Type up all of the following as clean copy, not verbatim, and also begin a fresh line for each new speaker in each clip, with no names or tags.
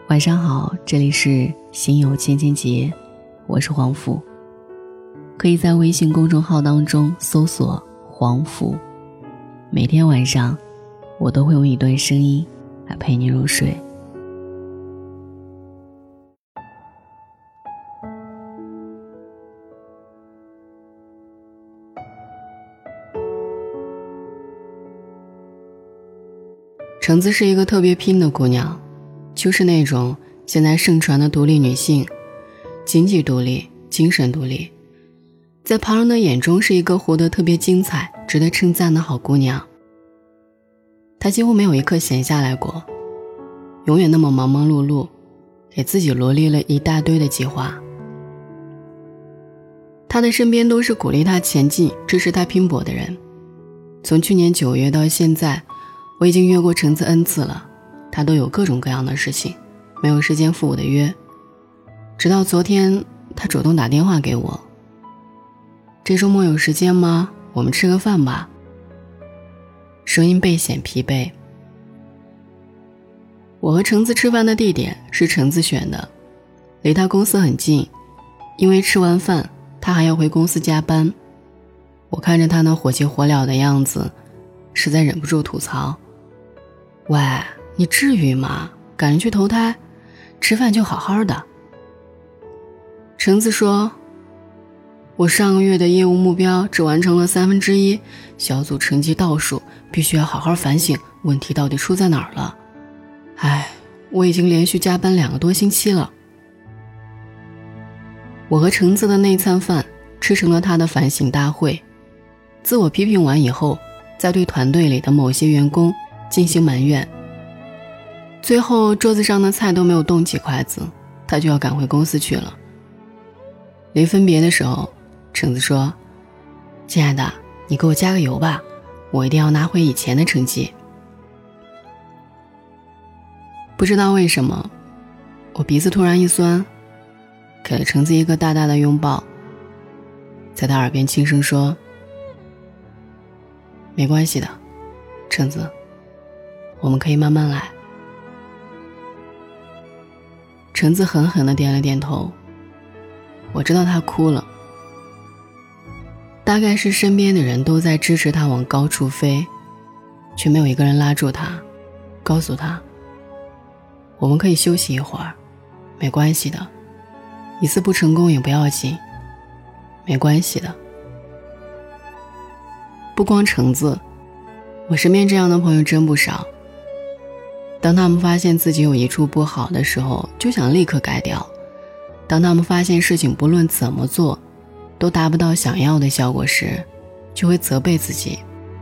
晚上好，这里是心有千千结，我是黄甫。可以在微信公众号当中搜索黄甫，每天晚上我都会用一段声音来陪你入睡。橙子是一个特别拼的姑娘，就是那种现在盛传的独立女性，经济独立，精神独立，在旁人的眼中是一个活得特别精彩，值得称赞的好姑娘。她几乎没有一刻闲下来过，永远那么忙忙碌碌，给自己罗列了一大堆的计划。她的身边都是鼓励她前进，支持她拼搏的人。从去年9月到现在，我已经约过橙子 N 次了，她都有各种各样的事情，没有时间赴我的约。直到昨天，她主动打电话给我，这周末有时间吗？我们吃个饭吧。声音倍显疲惫。我和橙子吃饭的地点是橙子选的，离她公司很近，因为吃完饭她还要回公司加班。我看着她那火急火燎的样子，实在忍不住吐槽，喂，你至于吗？赶着去投胎，吃饭就好好的。橙子说，我上个月的业务目标只完成了1/3，小组成绩倒数，必须要好好反省问题到底出在哪儿了。我已经连续加班2个多星期了。我和橙子的那餐饭吃成了他的反省大会，自我批评完以后，再对团队里的某些员工进行埋怨。最后桌子上的菜都没有动几筷子，他就要赶回公司去了。临分别的时候，橙子说，亲爱的，你给我加个油吧，我一定要拿回以前的成绩。不知道为什么，我鼻子突然一酸，给了橙子一个大大的拥抱，在他耳边轻声说，没关系的，橙子，我们可以慢慢来。橙子狠狠地点了点头，我知道他哭了，大概是身边的人都在支持他往高处飞，却没有一个人拉住他，告诉他，我们可以休息一会儿，没关系的，一次不成功也不要紧，没关系的。不光橙子，我身边这样的朋友真不少。当他们发现自己有一处不好的时候，就想立刻改掉。当他们发现事情不论怎么做都达不到想要的效果时，就会责备自己。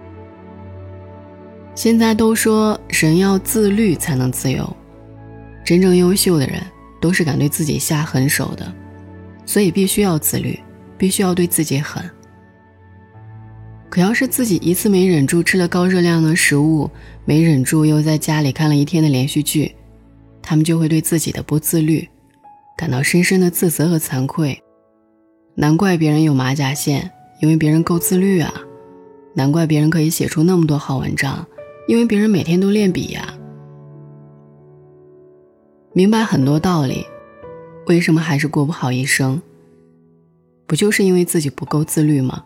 现在都说人要自律才能自由，真正优秀的人都是敢对自己下狠手的，所以必须要自律，必须要对自己狠。可要是自己一次没忍住吃了高热量的食物，没忍住又在家里看了一天的连续剧，他们就会对自己的不自律感到深深的自责和惭愧。难怪别人有马甲线，因为别人够自律啊。难怪别人可以写出那么多好文章，因为别人每天都练笔呀。明白很多道理，为什么还是过不好一生？不就是因为自己不够自律吗？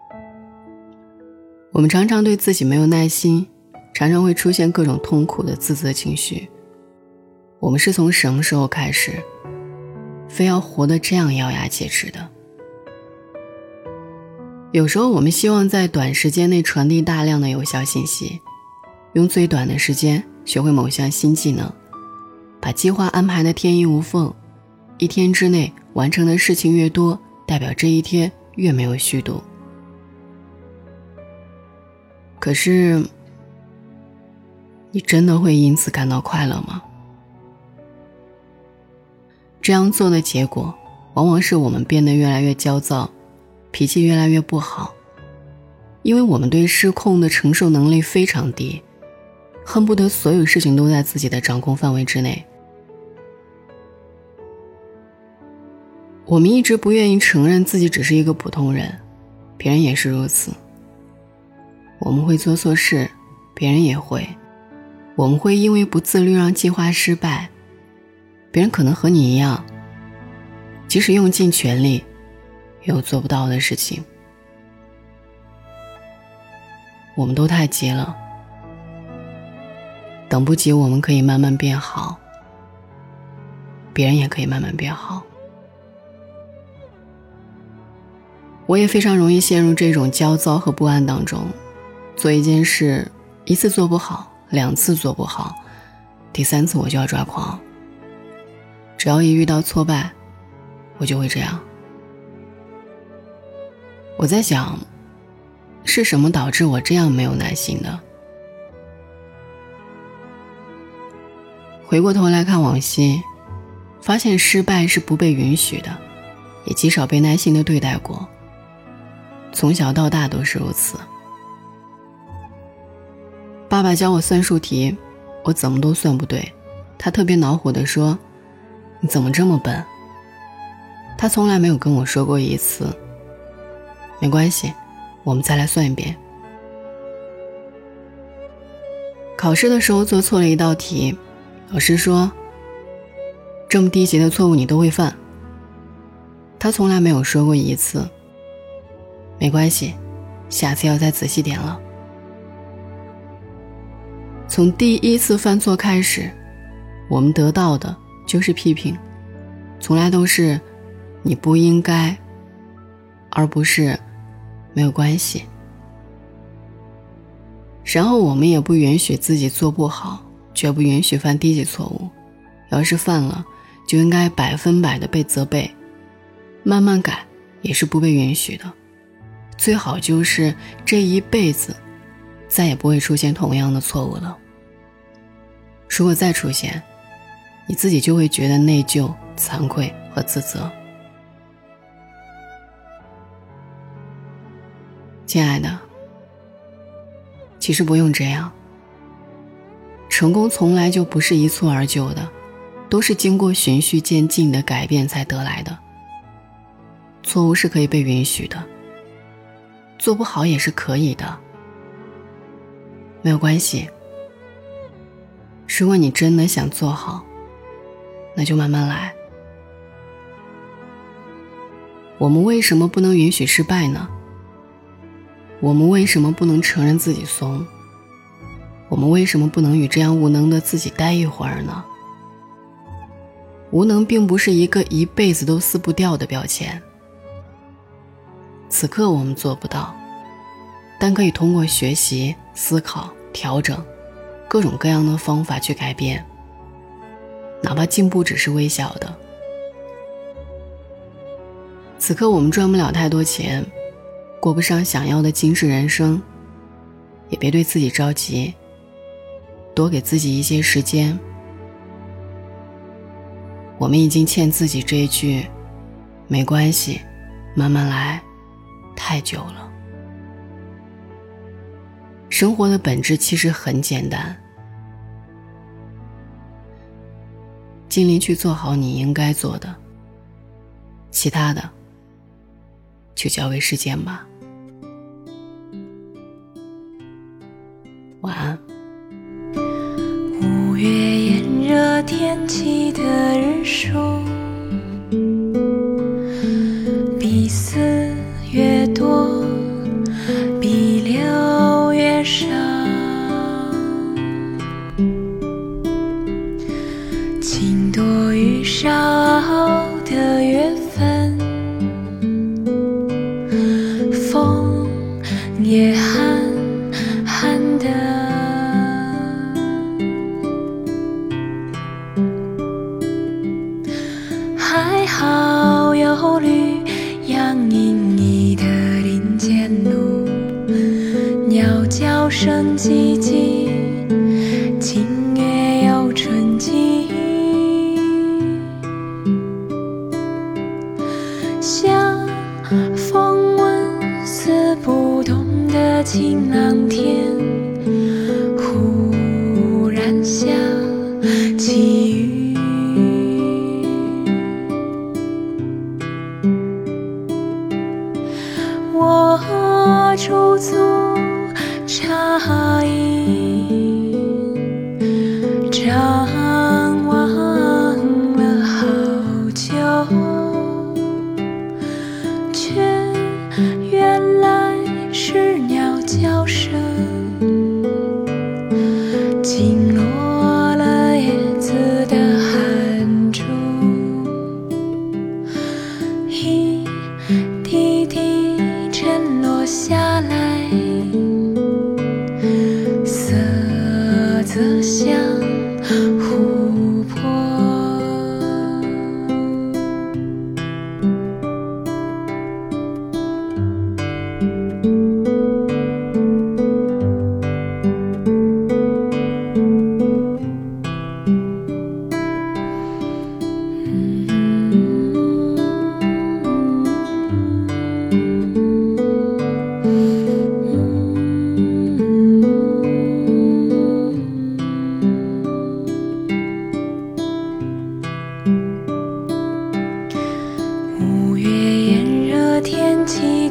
我们常常对自己没有耐心，常常会出现各种痛苦的自责情绪。我们是从什么时候开始非要活得这样咬牙切齿的？有时候我们希望在短时间内传递大量的有效信息，用最短的时间学会某项新技能，把计划安排的天衣无缝，一天之内完成的事情越多，代表这一天越没有虚度。可是，你真的会因此感到快乐吗？这样做的结果，往往是我们变得越来越焦躁，脾气越来越不好，因为我们对失控的承受能力非常低，恨不得所有事情都在自己的掌控范围之内。我们一直不愿意承认自己只是一个普通人，别人也是如此。我们会做错事，别人也会。我们会因为不自律让计划失败， 别人可能和你一样，即使用尽全力也有做不到的事情。我们都太急了，等不及我们可以慢慢变好，别人也可以慢慢变好。我也非常容易陷入这种焦躁和不安当中，做一件事一次做不好，2次做不好，第3次我就要抓狂。只要一遇到挫败，我就会这样。我在想，是什么导致我这样没有耐心的？回过头来看往昔，发现失败是不被允许的，也极少被耐心的对待过。从小到大都是如此。爸爸教我算术题，我怎么都算不对，他特别恼火地说：“你怎么这么笨？”他从来没有跟我说过一次：“没关系，我们再来算一遍。”考试的时候做错了一道题，老师说：“这么低级的错误你都会犯。”他从来没有说过一次：“没关系，下次要再仔细点了。”从第1次犯错开始，我们得到的就是批评，从来都是你不应该，而不是没有关系。然后我们也不允许自己做不好，绝不允许犯低级错误，要是犯了就应该100%的被责备，慢慢改也是不被允许的。最好就是这一辈子再也不会出现同样的错误了。如果再出现，你自己就会觉得内疚、惭愧和自责。亲爱的，其实不用这样。成功从来就不是一蹴而就的，都是经过循序渐进的改变才得来的。错误是可以被允许的，做不好也是可以的，没有关系。如果你真的想做好，那就慢慢来。我们为什么不能允许失败呢？我们为什么不能承认自己怂？我们为什么不能与这样无能的自己待一会儿呢？无能并不是一个一辈子都撕不掉的标签。此刻我们做不到，但可以通过学习、思考、调整各种各样的方法去改变，哪怕进步只是微小的。此刻我们赚不了太多钱，过不上想要的精致人生，也别对自己着急，多给自己一些时间。我们已经欠自己这一句没关系，慢慢来太久了。生活的本质其实很简单，尽力去做好你应该做的，其他的就交给时间吧。晚安。
5月炎热天气的日数比4月多，比6月少，晴多雨少的月份，风也寒寒的。还好有绿杨隐隐的林间路，鸟叫声唧唧，清月有春季，像风纹丝不动的晴朗天，忽然下起雨。我驻足茶饮，张望了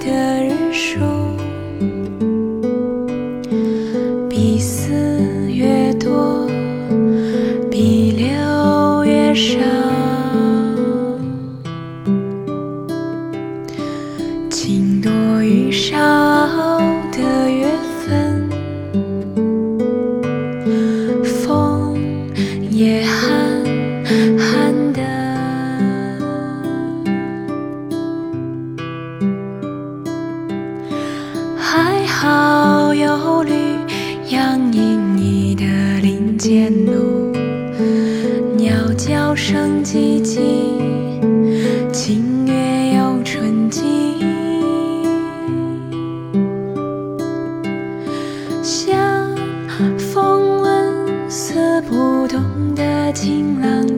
的日出，比4月多，比6月少。晴多雨少的月份，风也寒寒的。还好有绿杨隐隐的林间路，鸟叫声唧唧，清月又春季。像风纹丝不动的晴朗